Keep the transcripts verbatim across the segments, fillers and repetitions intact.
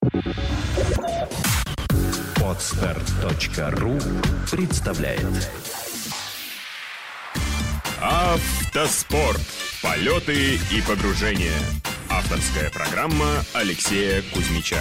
Подстарт точка ру представляет Автоспорт. Полеты и погружения. Авторская программа Алексея Кузьмича.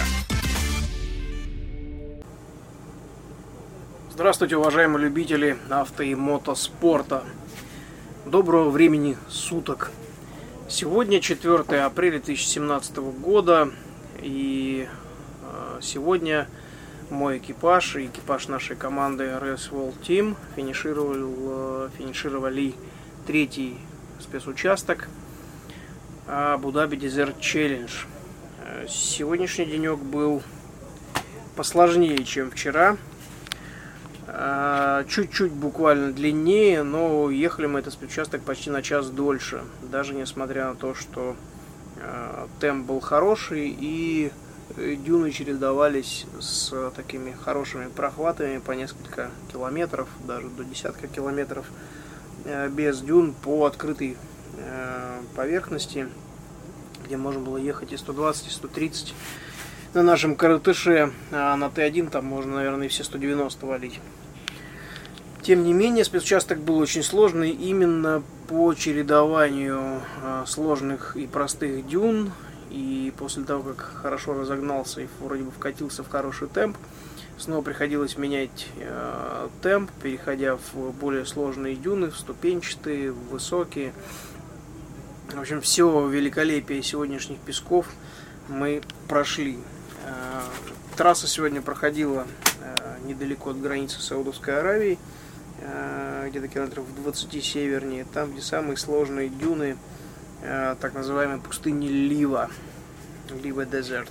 Здравствуйте, уважаемые любители авто и мотоспорта. Доброго времени суток. Сегодня четвёртое апреля две тысячи семнадцатого года. И сегодня мой экипаж и экипаж нашей команды Race World Team финишировал, финишировали третий спецучасток Абу-Даби Desert Challenge. Сегодняшний денек был посложнее, чем вчера. Чуть-чуть буквально длиннее, но ехали мы этот спецучасток почти на час дольше. Даже несмотря на то, что темп был хороший и дюны чередовались с такими хорошими прохватами по несколько километров, даже до десятка километров без дюн по открытой поверхности, где можно было ехать и сто двадцать, и сто тридцать на нашем коротыше, а на Т один там можно, наверное, и все сто девяносто валить. Тем не менее, спецучасток был очень сложный именно по чередованию сложных и простых дюн. И после того, как хорошо разогнался и вроде бы вкатился в хороший темп, снова приходилось менять э, темп, переходя в более сложные дюны, в ступенчатые, в высокие. В общем, все великолепие сегодняшних песков мы прошли. Э, трасса сегодня проходила э, недалеко от границы Саудовской Аравии, э, где-то километров в двадцати севернее, там, где самые сложные дюны, так называемой пустыни Лива, Лива Дезерт.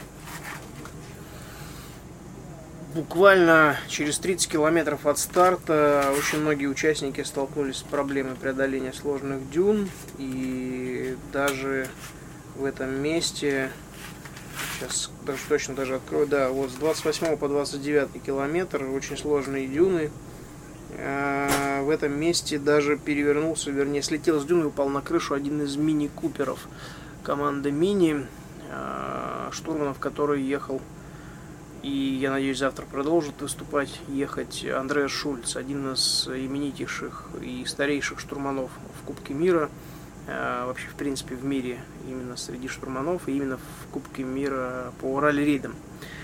Буквально через тридцать километров от старта очень многие участники столкнулись с проблемой преодоления сложных дюн, и даже в этом месте, сейчас даже точно даже открою, да, вот с двадцать восьмого по двадцать девятый километр очень сложные дюны. В этом месте даже перевернулся, вернее, слетел с дюны и упал на крышу один из мини-куперов команды Мини, штурманов, который ехал, и, я надеюсь, завтра продолжит выступать, ехать Андреас Шульц, один из именитейших и старейших штурманов в Кубке мира, вообще, в принципе, в мире, именно среди штурманов, и именно в Кубке мира по ралли-рейдам.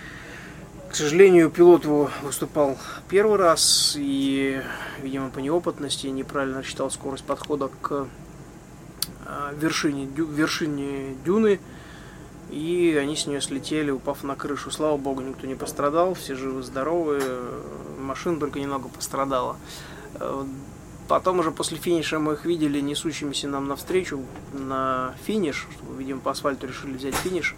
К сожалению, пилот его выступал первый раз и, видимо, по неопытности неправильно рассчитал скорость подхода к вершине, дю, вершине дюны, и они с нее слетели, упав на крышу. Слава богу, никто не пострадал, все живы-здоровы, машина только немного пострадала. Потом уже после финиша мы их видели несущимися нам навстречу на финиш, видимо, по асфальту решили взять финиш.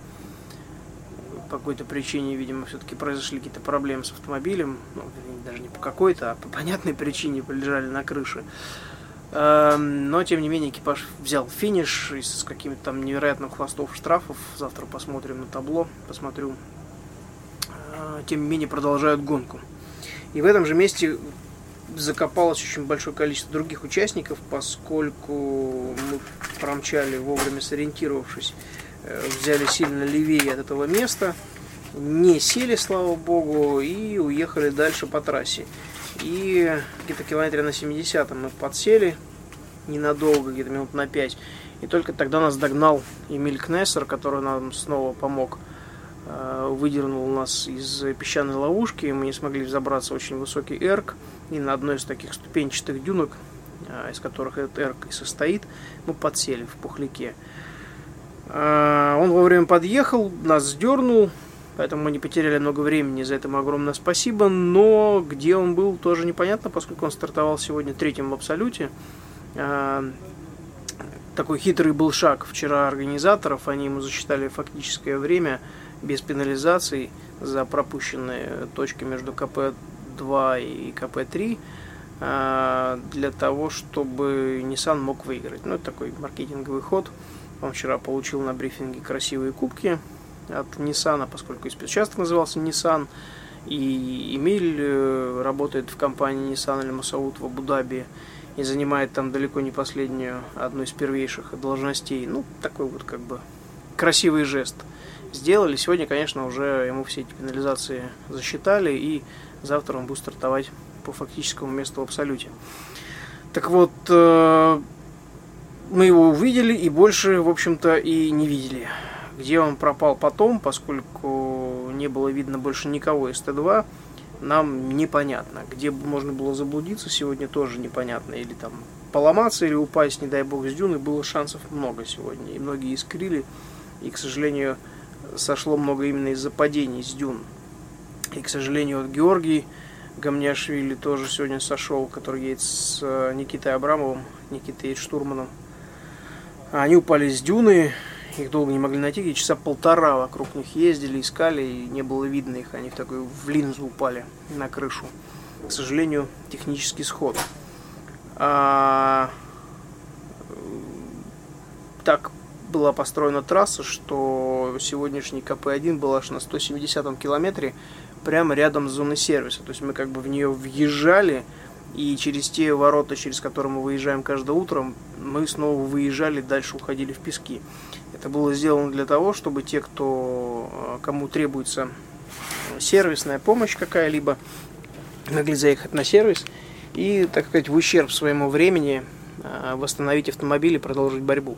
По какой-то причине, видимо, все-таки произошли какие-то проблемы с автомобилем. Ну, даже не по какой-то, а по понятной причине полежали на крыше. Но, тем не менее, экипаж взял финиш и с какими-то там невероятным хвостов штрафов. Завтра посмотрим на табло, посмотрю. Тем не менее, продолжают гонку. И в этом же месте закопалось очень большое количество других участников, поскольку мы промчали, вовремя сориентировавшись, взяли сильно левее от этого места, не сели, слава богу, и уехали дальше по трассе. И где-то километре на семидесятом мы подсели ненадолго, где-то минут на пять, и только тогда нас догнал Эмиль Кнессер, который нам снова помог, выдернул нас из песчаной ловушки. Мы не смогли взобраться в очень высокий эрк, и на одной из таких ступенчатых дюнок, из которых этот эрк и состоит, мы подсели в пухляке. Он вовремя подъехал, нас сдернул, поэтому мы не потеряли много времени, за это ему огромное спасибо. Но где он был, тоже непонятно, поскольку он стартовал сегодня третьим в абсолюте. Такой хитрый был шаг вчера организаторов, они ему засчитали фактическое время без пенализаций за пропущенные точки между ка пэ два и ка пэ три, для того, чтобы Nissan мог выиграть. Ну, это такой маркетинговый ход. Он вчера получил на брифинге красивые кубки от Nissan, поскольку и спецучасток назывался Nissan, и Эмиль работает в компании Nissan Аль-Масауд в Абу-Даби и занимает там далеко не последнюю, одну из первейших должностей. Ну, такой вот как бы красивый жест сделали. Сегодня, конечно, уже ему все эти пенализации засчитали, и завтра он будет стартовать по фактическому месту в абсолюте. Так вот, мы его увидели и больше, в общем-то, и не видели. Где он пропал потом, поскольку не было видно больше никого из Т два, нам непонятно. Где можно было заблудиться, сегодня тоже непонятно. Или там поломаться, или упасть, не дай бог, с дюны. Было шансов много сегодня. И многие искрили. И, к сожалению, сошло много именно из-за падений с дюн. И, к сожалению, вот Георгий Гамняшвили тоже сегодня сошел, который едет с Никитой Абрамовым, Никитой едет штурманом. Они упали с дюны. Их долго не могли найти, где часа полтора вокруг них ездили, искали, и не было видно их. Они в такую в линзу упали на крышу. К сожалению, технический сход. А... Так была построена трасса, что сегодняшний ка пэ один был аж на сто семидесятом километре, прямо рядом с зоной сервиса. То есть мы как бы в нее въезжали, и через те ворота, через которые мы выезжаем каждое утро, мы снова выезжали, дальше уходили в пески. Это было сделано для того, чтобы те, кто, кому требуется сервисная помощь какая-либо, могли заехать на сервис и, так сказать, в ущерб своему времени восстановить автомобиль и продолжить борьбу.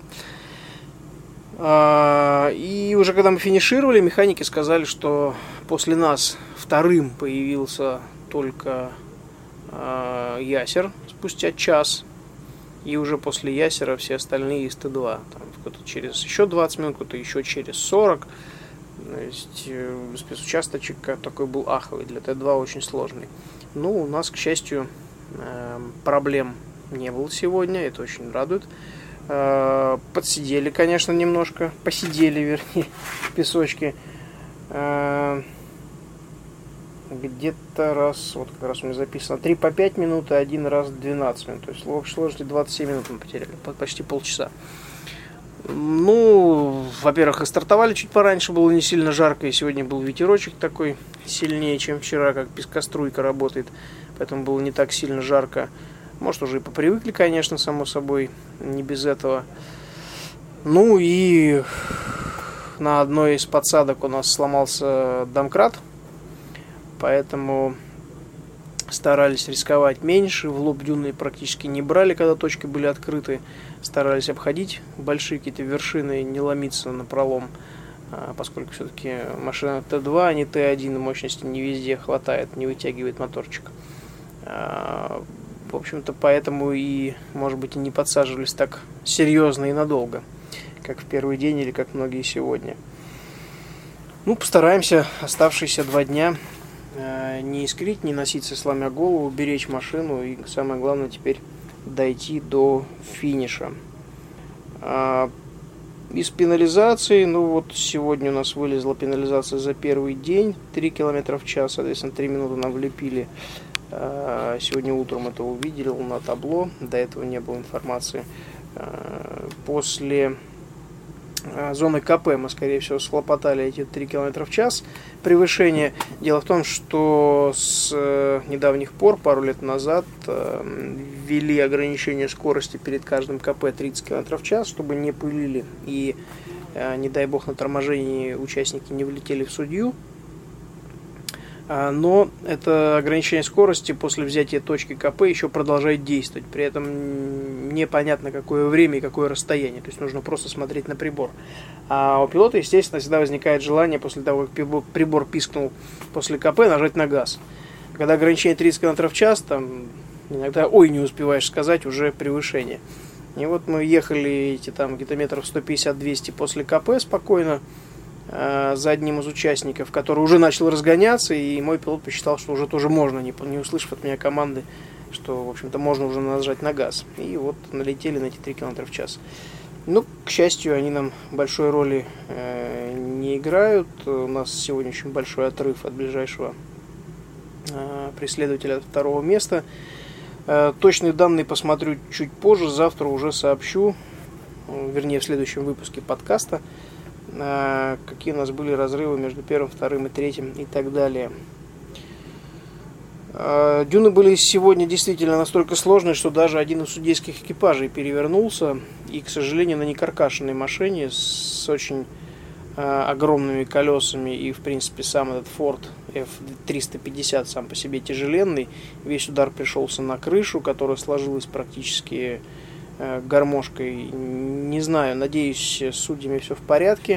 И уже когда мы финишировали, механики сказали, что после нас вторым появился только Ясер спустя час. И уже после Ясера все остальные из Т два. Там кто-то через еще двадцать минут, кто-то еще через сорок. То есть спецучасточек такой был аховый, для Т два очень сложный. Ну, у нас, к счастью, проблем не было сегодня, это очень радует. Подсидели, конечно, немножко, посидели, вернее, в песочке. Где-то раз, вот как раз у меня записано, три по пять минут, и один раз двенадцать минут. То есть в общей сложности двадцать семь минут мы потеряли, почти полчаса. Ну, во-первых, и стартовали чуть пораньше, было не сильно жарко, и сегодня был ветерочек такой сильнее, чем вчера, как пескоструйка работает, поэтому было не так сильно жарко. Может, уже и попривыкли, конечно, само собой, не без этого. Ну и на одной из подсадок у нас сломался домкрат, поэтому старались рисковать меньше, в лоб дюны практически не брали, когда точки были открыты, старались обходить большие какие-то вершины, не ломиться на пролом, поскольку все-таки машина Т два, а не Т один, мощности не везде хватает, не вытягивает моторчик. В общем-то, поэтому и, может быть, и не подсаживались так серьезно и надолго, как в первый день или как многие сегодня. Ну, постараемся оставшиеся два дня не искрить, не носиться сломя голову, беречь машину и, самое главное, теперь дойти до финиша. Из пенализации, ну вот сегодня у нас вылезла пенализация за первый день, три километра в час, соответственно, три минуты нам влепили. Сегодня утром это увидели на табло, до этого не было информации. После зоны ка пэ мы, скорее всего, схлопотали эти три километра в час превышение. Дело в том, что с недавних пор, пару лет назад, ввели ограничение скорости перед каждым ка пэ тридцать километров в час, чтобы не пылили и, не дай бог, на торможении участники не влетели в судью. Но это ограничение скорости после взятия точки ка пэ еще продолжает действовать. При этом непонятно, какое время и какое расстояние. То есть нужно просто смотреть на прибор. А у пилота, естественно, всегда возникает желание после того, как прибор пискнул после ка пэ, нажать на газ. Когда ограничение тридцать километров в час, там иногда ой не успеваешь сказать, уже превышение. И вот мы ехали эти там где-то метров сто пятьдесят - двести после ка пэ спокойно, за одним из участников, который уже начал разгоняться, и мой пилот посчитал, что уже тоже можно, не, не услышав от меня команды, что, в общем-то, можно уже нажать на газ. И вот налетели на эти три километра в час. Ну, к счастью, они нам большой роли э, не играют. У нас сегодня очень большой отрыв от ближайшего э, преследователя от второго места. Э, точные данные посмотрю чуть позже, завтра уже сообщу, э, вернее, в следующем выпуске подкаста, какие у нас были разрывы между первым, вторым и третьим и так далее. Дюны были сегодня действительно настолько сложные, что даже один из судейских экипажей перевернулся, и, к сожалению, на некаркашенной машине с очень огромными колесами, и в принципе сам этот Ford эф триста пятьдесят сам по себе тяжеленный. Весь удар пришелся на крышу, которая сложилась практически гармошкой. Не знаю, надеюсь, с судьями все в порядке.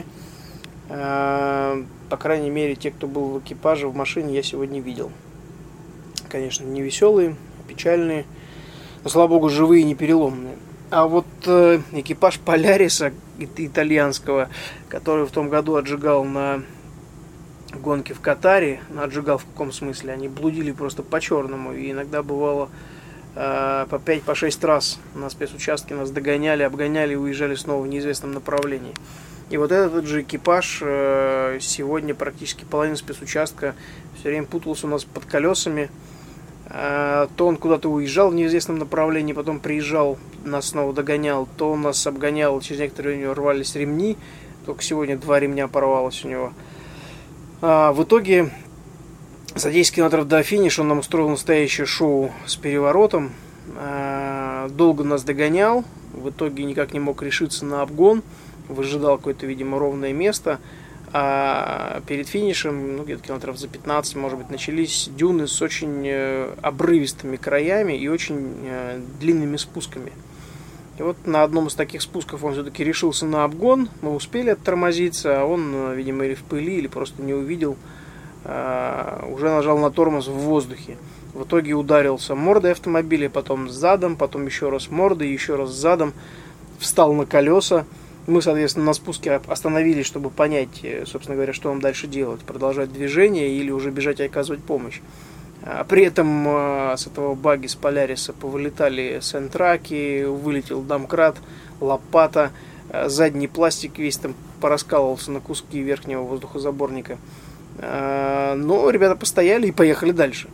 По крайней мере, те, кто был в экипаже, в машине, я сегодня видел. Конечно, не веселые, печальные, но, слава богу, живые и не переломные. А вот э, экипаж Поляриса итальянского, который в том году отжигал на гонке в Катаре, ну, отжигал в каком смысле, они блудили просто по-черному, и иногда бывало э, по пять шесть раз на спецучастке нас догоняли, обгоняли и уезжали снова в неизвестном направлении. И вот этот же экипаж э, сегодня практически половина спецучастка все время путался у нас под колесами. Э, то он куда-то уезжал в неизвестном направлении, потом приезжал, нас снова догонял, то он нас обгонял, через некоторое время у него рвались ремни. Только сегодня два ремня порвалось у него. А в итоге за десять километров до финиша он нам устроил настоящее шоу с переворотом. Э, долго нас догонял, в итоге никак не мог решиться на обгон. Выжидал какое-то, видимо, ровное место. А перед финишем, ну, где-то километров за пятнадцать, может быть, начались дюны с очень э, обрывистыми краями и очень э, длинными спусками. И вот на одном из таких спусков он все-таки решился на обгон. Мы успели оттормозиться, а он, видимо, или в пыли, или просто не увидел. Э, уже нажал на тормоз в воздухе. В итоге ударился мордой автомобиля, потом задом, потом еще раз мордой, еще раз задом. Встал на колеса. Мы, соответственно, на спуске остановились, чтобы понять, собственно говоря, что нам дальше делать. Продолжать движение или уже бежать и оказывать помощь. При этом с этого багги, с Поляриса, повылетали сентраки, вылетел домкрат, лопата, задний пластик весь там пораскалывался на куски верхнего воздухозаборника. Но ребята постояли и поехали дальше.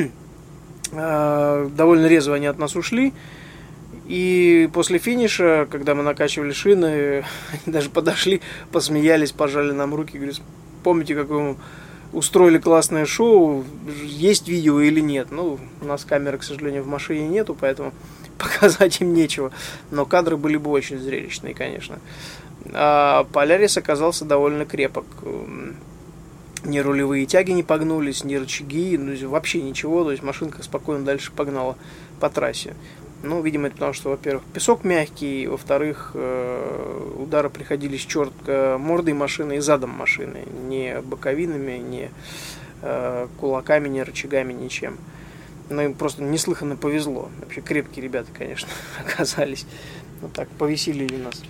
Довольно резво они от нас ушли. И после финиша, когда мы накачивали шины, они даже подошли, посмеялись, пожали нам руки, говорят: помните, как вы устроили классное шоу, есть видео или нет? Ну, у нас камеры, к сожалению, в машине нету, поэтому показать им нечего. Но кадры были бы очень зрелищные, конечно. А Полярис оказался довольно крепок. Ни рулевые тяги не погнулись, ни рычаги, ну, вообще ничего. То есть машинка спокойно дальше погнала по трассе. Ну, видимо, это потому, что, во-первых, песок мягкий, во-вторых, э, удары приходились четко мордой машины и задом машины, не боковинами, не э, кулаками, не рычагами, ничем. Но им просто неслыханно повезло. Вообще крепкие ребята, конечно, оказались. Вот так, повеселили нас.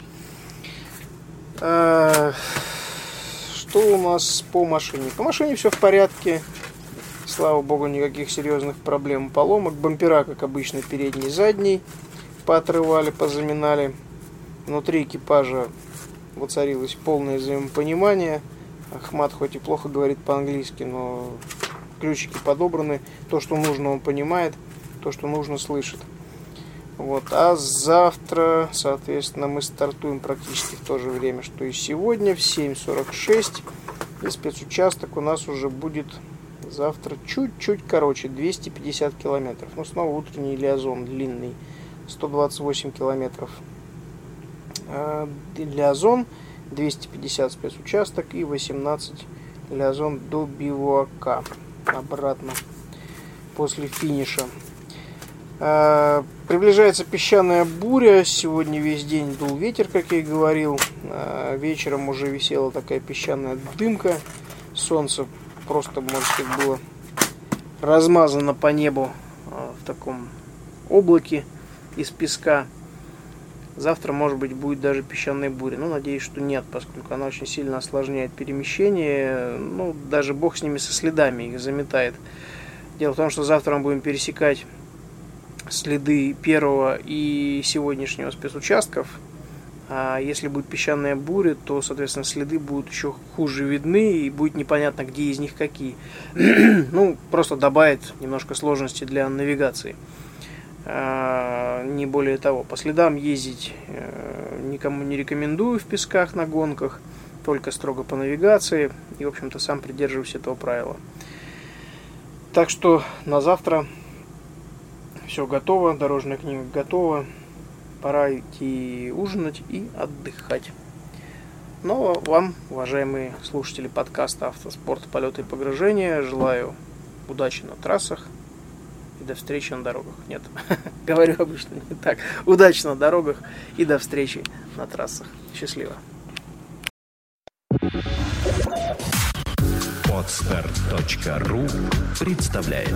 Э, что у нас по машине? По машине все в порядке. Слава богу, никаких серьезных проблем, поломок. Бампера, как обычно, передний и задний поотрывали, позаминали. Внутри экипажа воцарилось полное взаимопонимание. Ахмат хоть и плохо говорит по-английски, но ключики подобраны. То, что нужно, он понимает. То, что нужно, слышит. Вот. А завтра, соответственно, мы стартуем практически в то же время, что и сегодня, в семь сорок шесть. И спецучасток у нас уже будет... Завтра чуть-чуть короче, двести пятьдесят километров. Ну, снова утренний Лиазон длинный, сто двадцать восемь километров. Лиазон, двести пятьдесят спецучасток и восемнадцать Лиазон до бивуака. Обратно, после финиша. Приближается песчаная буря. Сегодня весь день дул ветер, как я и говорил. Вечером уже висела такая песчаная дымка. Солнце просто, можно сказать, было размазано по небу в таком облаке из песка. Завтра, может быть, будет даже песчаная буря. Но надеюсь, что нет, поскольку она очень сильно осложняет перемещение. Ну, даже бог с ними, со следами, их заметает. Дело в том, что завтра мы будем пересекать следы первого и сегодняшнего спецучастков. А если будет песчаная буря, то, соответственно, следы будут еще хуже видны, и будет непонятно, где из них какие. Ну, просто добавит немножко сложности для навигации. А, не более того. По следам ездить а, никому не рекомендую в песках на гонках, только строго по навигации. И, в общем-то, сам придерживаюсь этого правила. Так что на завтра все готово, дорожная книга готова. Пора идти ужинать и отдыхать. Но вам, уважаемые слушатели подкаста «Автоспорт. Полеты и погружения», желаю удачи на трассах и до встречи на дорогах. Нет, говорю обычно не так. Удачи на дорогах и до встречи на трассах. Счастливо. Подстарт точка ру представляет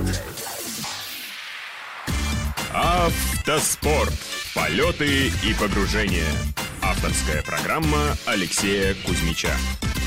Автоспорт. Полеты и погружения. Авторская программа Алексея Кузьмича.